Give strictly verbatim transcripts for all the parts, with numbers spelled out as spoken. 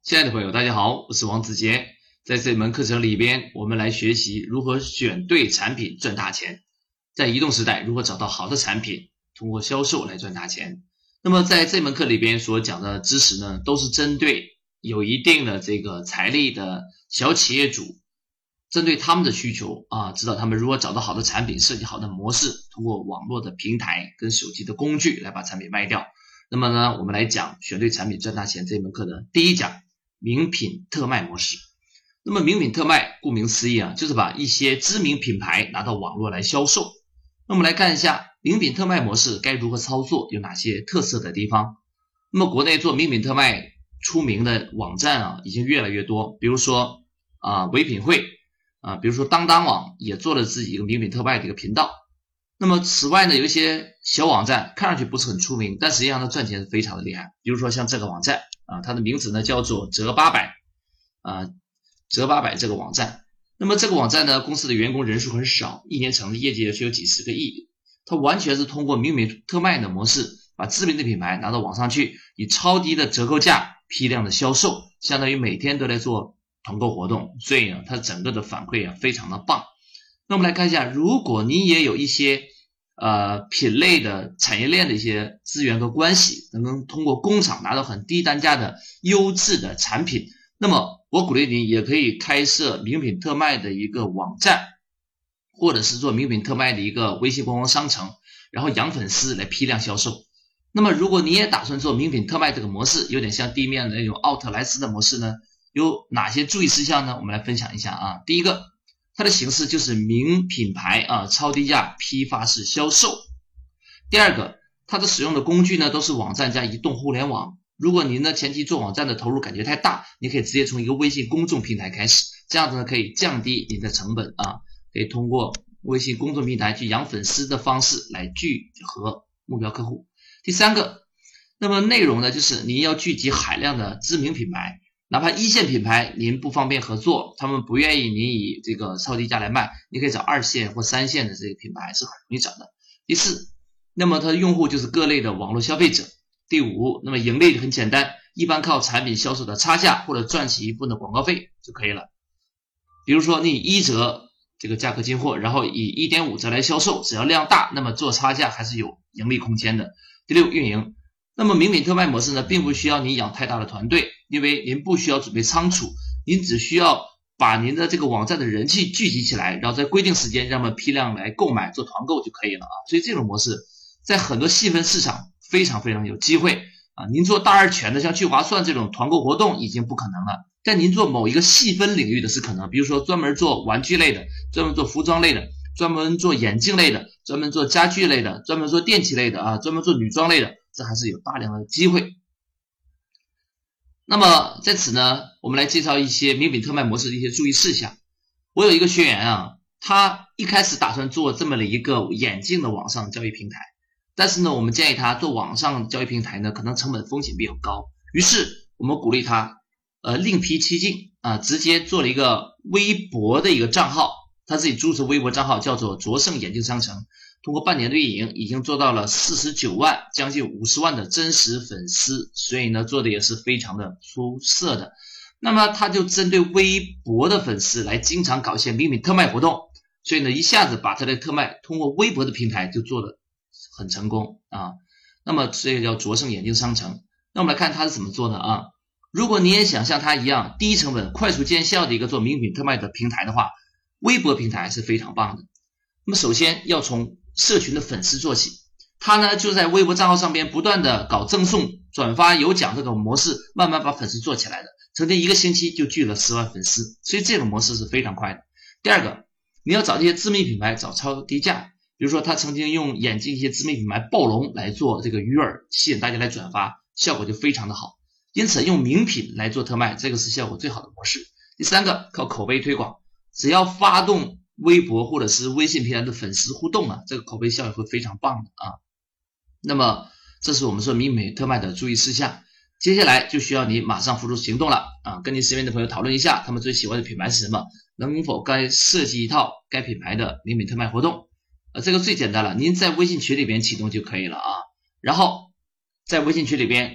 亲爱的朋友，大家好，我是王子杰。在这门课程里边，我们来学习如何选对产品赚大钱。在移动时代，如何找到好的产品，通过销售来赚大钱。那么在这门课里边所讲的知识呢，都是针对有一定的这个财力的小企业主，针对他们的需求啊，知道他们如何找到好的产品，设计好的模式，通过网络的平台跟手机的工具来把产品卖掉。那么呢，我们来讲选对产品赚大钱这门课的第一讲，名品特卖模式。那么名品特卖顾名思义啊，就是把一些知名品牌拿到网络来销售。那我们来看一下名品特卖模式该如何操作，有哪些特色的地方。那么国内做名品特卖出名的网站啊，已经越来越多，比如说啊唯品会啊，比如说当当网也做了自己一个名品特卖的一个频道。那么此外呢，有一些小网站看上去不是很出名，但实际上它赚钱是非常的厉害。比如说像这个网站啊，它的名字呢叫做折八百啊，折八百这个网站。那么这个网站呢，公司的员工人数很少，一年成的业绩只有几十个亿。它完全是通过名品特卖的模式，把知名的品牌拿到网上去，以超低的折扣价批量的销售，相当于每天都在做团购活动，所以呢，它整个的反馈啊非常的棒。那我们来看一下，如果你也有一些呃品类的产业链的一些资源和关系，能通过工厂拿到很低单价的优质的产品，那么我鼓励你也可以开设名品特卖的一个网站，或者是做名品特卖的一个微信官方商城，然后养粉丝来批量销售。那么如果你也打算做名品特卖这个模式，有点像地面的那种奥特莱斯的模式呢，有哪些注意事项呢？我们来分享一下啊。第一个，它的形式就是名品牌啊超低价批发式销售。第二个，它的使用的工具呢都是网站加移动互联网。如果您呢前期做网站的投入感觉太大，你可以直接从一个微信公众平台开始，这样子呢可以降低你的成本啊，可以通过微信公众平台去养粉丝的方式来聚合目标客户。第三个，那么内容呢就是你要聚集海量的知名品牌，哪怕一线品牌您不方便合作，他们不愿意您以这个超低价来卖，你可以找二线或三线的这个品牌是很容易找的。第四，那么它的用户就是各类的网络消费者。第五，那么盈利很简单，一般靠产品销售的差价或者赚取一部分的广告费就可以了。比如说你以一折这个价格进货，然后以 一点五 折来销售，只要量大，那么做差价还是有盈利空间的。第六，运营。那么名品特卖模式呢，并不需要你养太大的团队，因为您不需要准备仓储，您只需要把您的这个网站的人气聚集起来，然后在规定时间让他们批量来购买做团购就可以了啊。所以这种模式在很多细分市场非常非常有机会啊。您做大而全的像聚划算这种团购活动已经不可能了，但您做某一个细分领域的是可能，比如说专门做玩具类的，专门做服装类的，专门做眼镜类的，专门做家具类的，专门做电器类的啊，专门做女装类的，这还是有大量的机会。那么在此呢，我们来介绍一些名品特卖模式的一些注意事项。我有一个学员啊，他一开始打算做这么的一个眼镜的网上交易平台，但是呢，我们建议他做网上交易平台呢，可能成本风险比较高，于是我们鼓励他呃另辟蹊径啊，直接做了一个微博的一个账号，他自己注册微博账号叫做卓胜眼镜商城，通过半年的运营已经做到了四十九万将近五十万的真实粉丝，所以呢做的也是非常的出色的。那么他就针对微博的粉丝来经常搞一些名品特卖活动，所以呢一下子把他的特卖通过微博的平台就做得很成功啊。那么这个叫卓胜眼镜商城。那我们来看他是怎么做的啊。如果你也想像他一样低成本快速见效的一个做名品特卖的平台的话，微博平台是非常棒的。那么首先要从社群的粉丝做起，他呢就在微博账号上边不断的搞赠送、转发、有奖这种模式，慢慢把粉丝做起来的，曾经一个星期就聚了十万粉丝，所以这种模式是非常快的。第二个，你要找这些知名品牌找超低价，比如说他曾经用眼镜一些知名品牌暴龙来做这个鱼饵，吸引大家来转发，效果就非常的好。因此用名品来做特卖，这个是效果最好的模式。第三个，靠口碑推广，只要发动微博或者是微信平台的粉丝互动啊，这个口碑效应会非常棒的啊。那么这是我们说名品特卖的注意事项。接下来就需要你马上付出行动了啊，跟你身边的朋友讨论一下他们最喜欢的品牌是什么，能否该设计一套该品牌的名品特卖活动。呃，这个最简单了，您在微信群里边启动就可以了啊。然后在微信群里边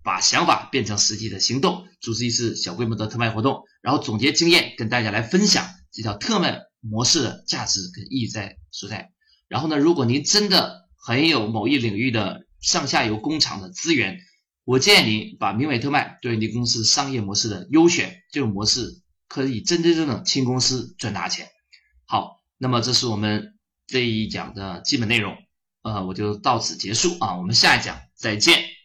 把想法变成实际的行动，组织一次小规模的特卖活动，然后总结经验，跟大家来分享这条特卖模式的价值跟意义在所在。然后呢，如果您真的很有某一领域的上下游工厂的资源，我建议您把明伟特卖对您公司商业模式的优选，这种模式可以真真正正轻公司赚大钱。好，那么这是我们这一讲的基本内容，呃，我就到此结束啊，我们下一讲再见。